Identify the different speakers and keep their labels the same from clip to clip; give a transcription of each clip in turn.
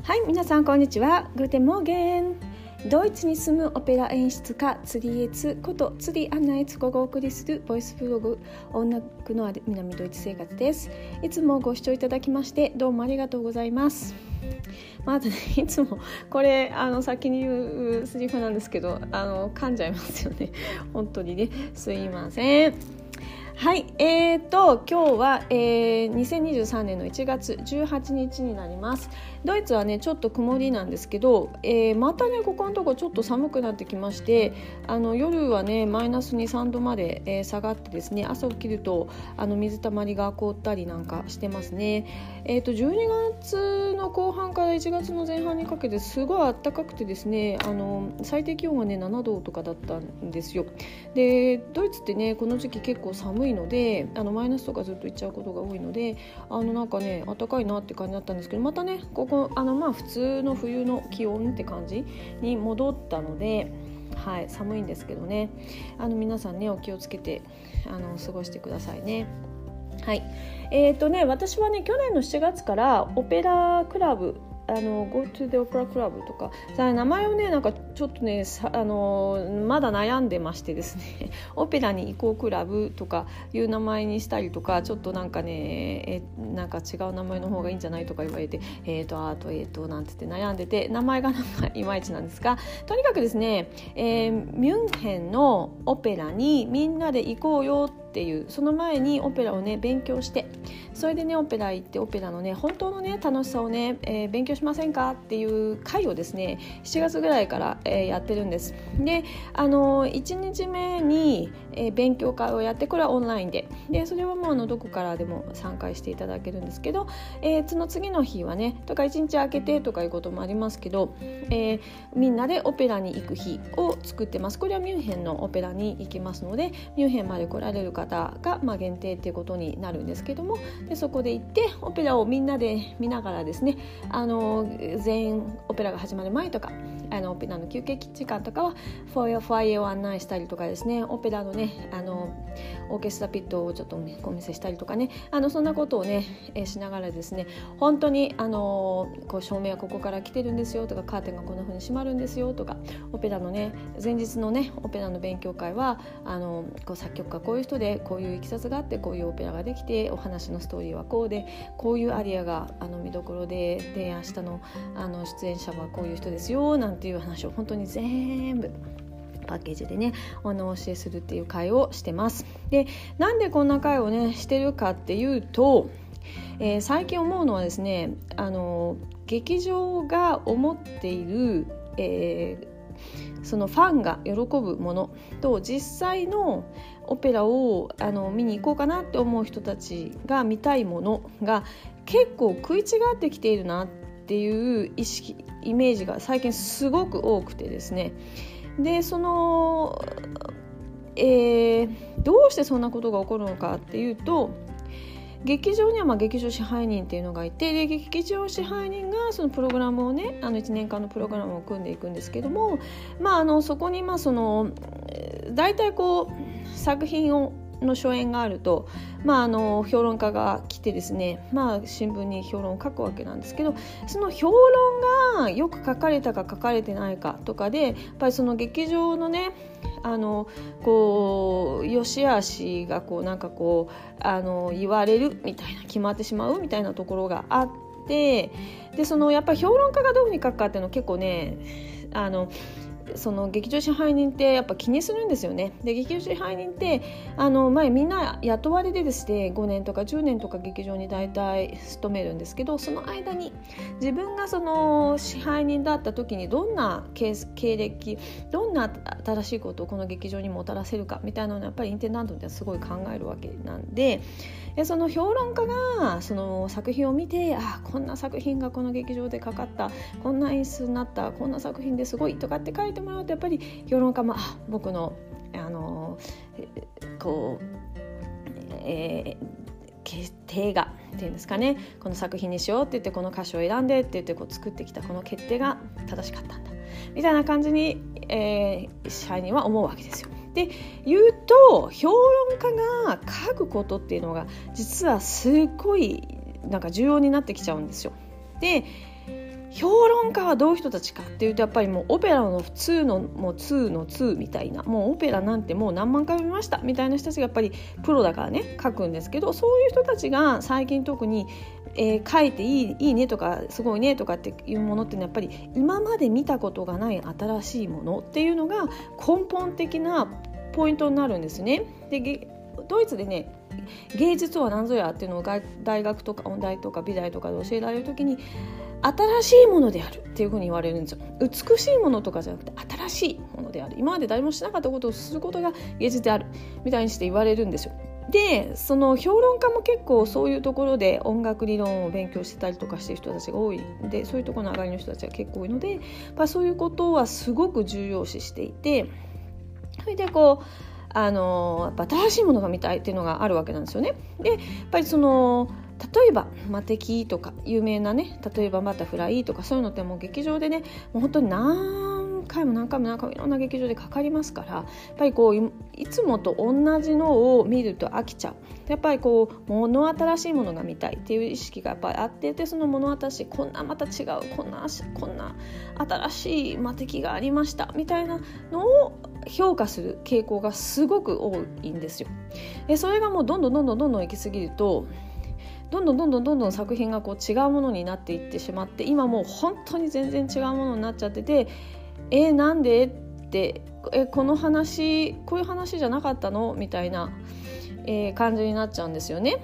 Speaker 1: はい、皆さんこんにちは。グーテンモーゲン。ドイツに住むオペラ演出家釣りエツこと釣りアンナエツコがお送りするボイスブログ音楽のある南ドイツ生活です。いつもご視聴いただきましてどうもありがとうございます。まずね、いつもこれ先に言うセリフなんですけど噛んじゃいますよね。本当にね、すいません。はい、今日は、2023年の1月18日になります。ドイツはねちょっと曇りなんですけど、またねここのとこちょっと寒くなってきまして、夜はねマイナス2、3度まで、下がってですね、朝起きると水たまりが凍ったりなんかしてますね。12月の後半から1月の前半にかけてすごい暖かくてですね、最低気温がね7度とかだったんですよ。でドイツってねこの時期結構寒いのでマイナスとかずっと行っちゃうことが多いのでなんかね暖かいなって感じだったんですけど、またねここ普通の冬の気温って感じに戻ったので、はい、寒いんですけどね、皆さんねお気をつけて過ごしてくださいね。はい、私はね去年の7月からオペラクラブGo to the Opera Club とか名前をねなんかちょっとねまだ悩んでましてですねオペラに行こうクラブとかいう名前にしたりとか、ちょっとなんかねなんか違う名前の方がいいんじゃないとか言われてなんて言って悩んでて、名前がなんかいまいちなんですが、とにかくですね、ミュンヘンのオペラにみんなで行こうよっていう、その前にオペラをね勉強して、それでねオペラ行ってオペラのね本当のね楽しさをね、勉強しませんかっていう会をですね7月ぐらいから、やってるんです。で1日目に、勉強会をやって、これはオンラインでそれはもうどこからでも参加していただけるんですけど、その次の日はねとか1日空けてとかいうこともありますけど、みんなでオペラに行く日を作ってます。これはミュンヘンのオペラに行きますので、ミュンヘンまで来られる方が、限定っていうことになるんですけども、でそこで行ってオペラをみんなで見ながらですね、全員オペラが始まる前とかオペラの休憩時間とかはフォイエを案内したりとかですね、オペラのねオーケストラピットをちょっとお見せしたりとかね、そんなことをね、しながらですね、本当にこう照明はここから来てるんですよとか、カーテンがこんな風に閉まるんですよとか、オペラのね前日のねオペラの勉強会はこう作曲家こういう人でこういういきさつがあって、こういうオペラができて、お話のストーリーはこうで、こういうアリアが見どころで、明日の出演者はこういう人ですよなんていう話を本当に全部パッケージでねお教えするっていう会をしてます。でなんでこんな会をねしてるかっていうと、最近思うのはですね、劇場が思っている、そのファンが喜ぶものと実際のオペラを見に行こうかなって思う人たちが見たいものが結構食い違ってきているなっていうイメージが最近すごく多くてですね、でどうしてそんなことが起こるのかっていうと、劇場には劇場支配人っていうのがいて、で劇場支配人がそのプログラムをね1年間のプログラムを組んでいくんですけども、そこに大体こう作品の初演があると、評論家が来てですね、新聞に評論を書くわけなんですけど、その評論がよく書かれたか書かれてないかとかで、やっぱりその劇場のねこう良し悪しがこうなんかこう言われるみたいな、決まってしまうみたいなところがあって、でやっぱり評論家がどういうふうに書くかっていうのを結構ねその劇場支配人ってやっぱ気にするんですよね。で劇場支配人って前みんな雇われでですね5年とか10年とか劇場に大体勤めるんですけど、その間に自分がその支配人だった時にどんな経歴、どんな新しいことをこの劇場にもたらせるかみたいなのをやっぱりインテンダントってすごい考えるわけなんで、その評論家がその作品を見て、こんな作品がこの劇場でかかった、こんな演出になった、こんな作品ですごいとかって書いてもらうと、やっぱり評論家も僕のこう、決定がっていうんですかね、この作品にしようって言ってこの歌詞を選んでって言ってこう作ってきたこの決定が正しかったんだみたいな感じに、支配人は思うわけですよ。で言うと、評論家が書くことっていうのが実はすごいなんか重要になってきちゃうんですよ。で評論家はどういう人たちかっていうと、やっぱりもうオペラの2のもう2の2みたいな、もうオペラなんてもう何万回見ましたみたいな人たちがやっぱりプロだからね書くんですけど、そういう人たちが最近特に、書いていいねとかすごいねとかっていうものっていうのは、やっぱり今まで見たことがない新しいものっていうのが根本的なポイントになるんですね。でドイツでね、芸術は何ぞやっていうのを大学とか音大とか美大とかで教えられるときに、新しいものであるっていうふうに言われるんですよ。美しいものとかじゃなくて新しいものである、今まで誰もしなかったことをすることが芸術であるみたいにして言われるんですよ。でその評論家も結構そういうところで音楽理論を勉強してたりとかしてる人たちが多いで、そういうところの上がりの人たちが結構多いので、そういうことはすごく重要視していて、それでやっぱ新しいものが見たいっていうのがあるわけなんですよね。でやっぱり例えば魔敵とか有名なね、例えばバタフライとかそういうのってもう劇場でね、もう本当に何回もいろんな劇場でかかりますから、やっぱりいつもと同じのを見ると飽きちゃう。やっぱり物新しいものが見たいっていう意識がやっぱりあって、でその物新しい、こんなまた違う、こんな新しい魔敵がありましたみたいなのを評価する傾向がすごく多いんですよ。でそれがもうどんどん行き過ぎると、どんどん作品が違うものになっていってしまって、今もう本当に全然違うものになっちゃってて、なんでってこの話こういう話じゃなかったのみたいな、感じになっちゃうんですよね。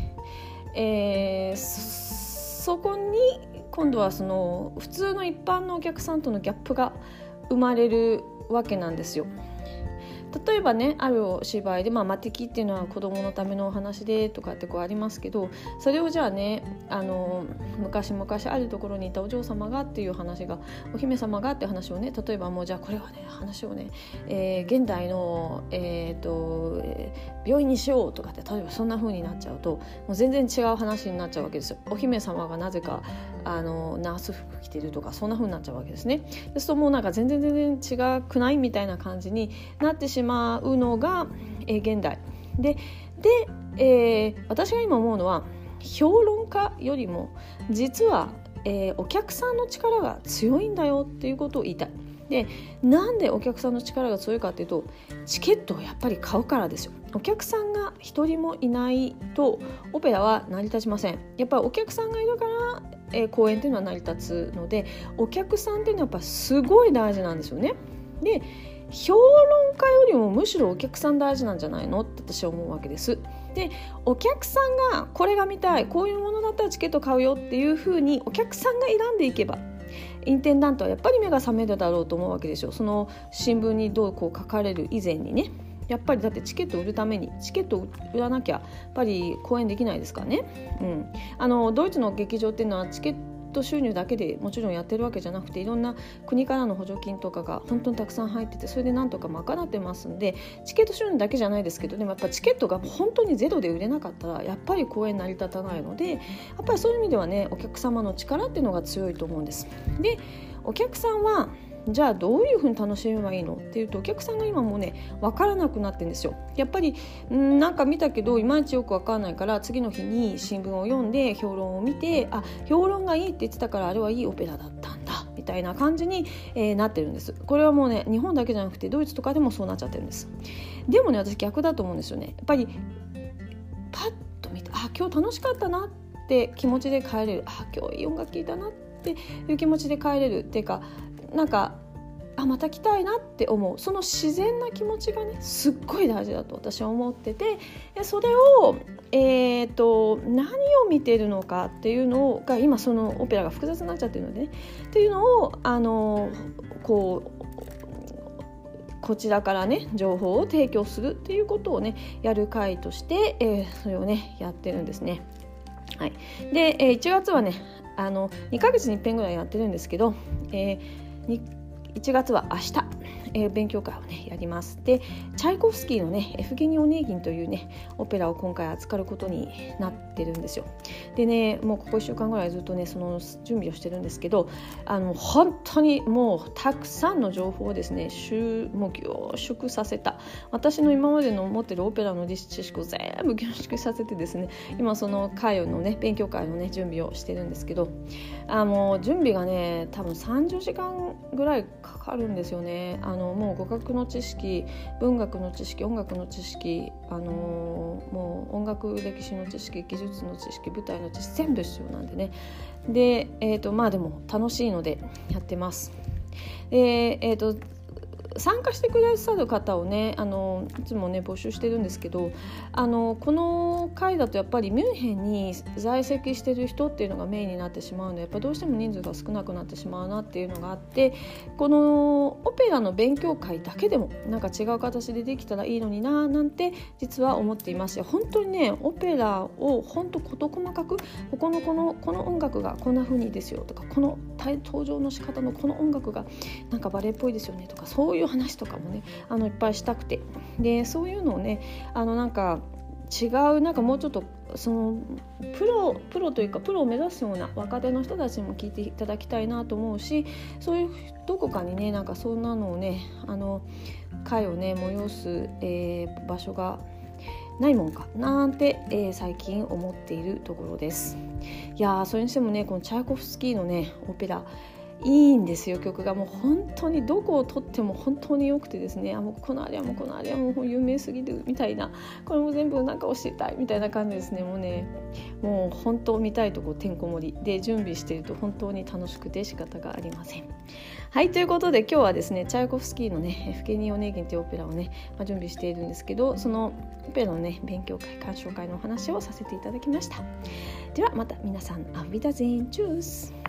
Speaker 1: そこに今度は普通の一般のお客さんとのギャップが生まれるわけなんですよ。例えばね、あるお芝居で、魔敵っていうのは子供のためのお話でとかってありますけど、それをじゃあね、昔々あるところにいたお嬢様がっていう話が、お姫様がっていう話をね、例えばもうじゃあこれはね話をね、現代の、病院にしようとかって、例えばそんな風になっちゃうと、もう全然違う話になっちゃうわけですよ。お姫様がなぜかナース服着てるとか、そんな風になっちゃうわけですね。そうするともうなんか全然違くないみたいな感じになってしまうのが、現代で、私が今思うのは、評論家よりも実は、お客さんの力が強いんだよっていうことを言いたい。でなんでお客さんの力が強いかっていうと、チケットをやっぱり買うからですよ。お客さんが一人もいないとオペラは成り立ちません。やっぱりお客さんがいるから、公演っていうのは成り立つので、お客さんっていうのはやっぱすごい大事なんですよね。で評論家よりもむしろお客さん大事なんじゃないのって私は思うわけです。でお客さんがこれが見たい、こういうものだったらチケット買うよっていうふうにお客さんが選んでいけば、インテンダントはやっぱり目が覚めるだろうと思うわけですよ。その新聞にどう書かれる以前にね、やっぱりだってチケットを売るためにチケットを売らなきゃやっぱり公演できないですからね。ドイツの劇場っていうのはチケット収入だけでもちろんやってるわけじゃなくて、いろんな国からの補助金とかが本当にたくさん入ってて、それでなんとか賄ってますんで、チケット収入だけじゃないですけど、でもやっぱチケットが本当にゼロで売れなかったらやっぱり公演成り立たないので、やっぱりそういう意味ではね、お客様の力っていうのが強いと思うんです。でお客さんはじゃあどういうふうに楽しめばいいのっていうと、お客さんが今もうね分からなくなってるんですよ。やっぱりなんか見たけどいまいちよく分からないから、次の日に新聞を読んで評論を見て、評論がいいって言ってたからあれはいいオペラだったんだみたいな感じに、なってるんです。これはもうね日本だけじゃなくてドイツとかでもそうなっちゃってるんです。でもね、私逆だと思うんですよね。やっぱりパッと見て、今日楽しかったなって気持ちで帰れる、今日いい音楽聴いたなっていう気持ちで帰れるっていうか、なんかまた来たいなって思う、その自然な気持ちがねすっごい大事だと私は思ってて、それを、何を見てるのかっていうのが、今そのオペラが複雑になっちゃってるのでねっていうのをこちらからね情報を提供するっていうことをねやる会として、それをねやってるんですね。はい、で、1月はね2ヶ月に1遍ぐらいやってるんですけど、1月は明日、 勉強会をねやります。でチャイコフスキーのねエフゲニー・オネーギンというねオペラを今回扱うことになってるんですよ。でねもうここ1週間ぐらいずっとねその準備をしてるんですけど、本当にもうたくさんの情報をですねもう凝縮させた、私の今までの持ってるオペラの知識を全部凝縮させてですね、今その会のね勉強会のね準備をしてるんですけど、もう準備がね多分30時間ぐらいかかるんですよね。もう語学の知識、文学の知識、音楽の知識、もう音楽歴史の知識、技術の知識、舞台の知識全部必要なんでね。で、でも楽しいのでやってます。で、参加してくださる方をねいつもね募集してるんですけど、この会だとやっぱりミュンヘンに在籍してる人っていうのがメインになってしまうので、やっぱどうしても人数が少なくなってしまうなっていうのがあって、このオペラの勉強会だけでもなんか違う形でできたらいいのにななんて実は思っています。本当にねオペラを本当事細かくこの音楽がこんな風にですよとか、この登場の仕方のこの音楽がなんかバレエっぽいですよねとか、そういう話とかもねいっぱいしたくて、でそういうのをねなんか違うなんかもうちょっとそのプロというかプロを目指すような若手の人たちにも聞いていただきたいなと思うし、そういうどこかにねなんかそんなのをね会をね催す、場所がないもんかなんて、最近思っているところです。いやそれにしてもねこのチャイコフスキーのねオペラいいんですよ。曲がもう本当にどこを撮っても本当に良くてですね、もうこのアリアもこのアリアも有名すぎるみたいな、これも全部なんか教えたいみたいな感じですね。もう本当見たいとこてんこ盛りで準備していると本当に楽しくて仕方がありません。はい、ということで今日はですねチャイコフスキーのねエフゲニー・オネーギンというオペラをね、準備しているんですけど、そのオペラのね勉強会鑑賞会のお話をさせていただきました。ではまた皆さん、アフビダゼンチュース。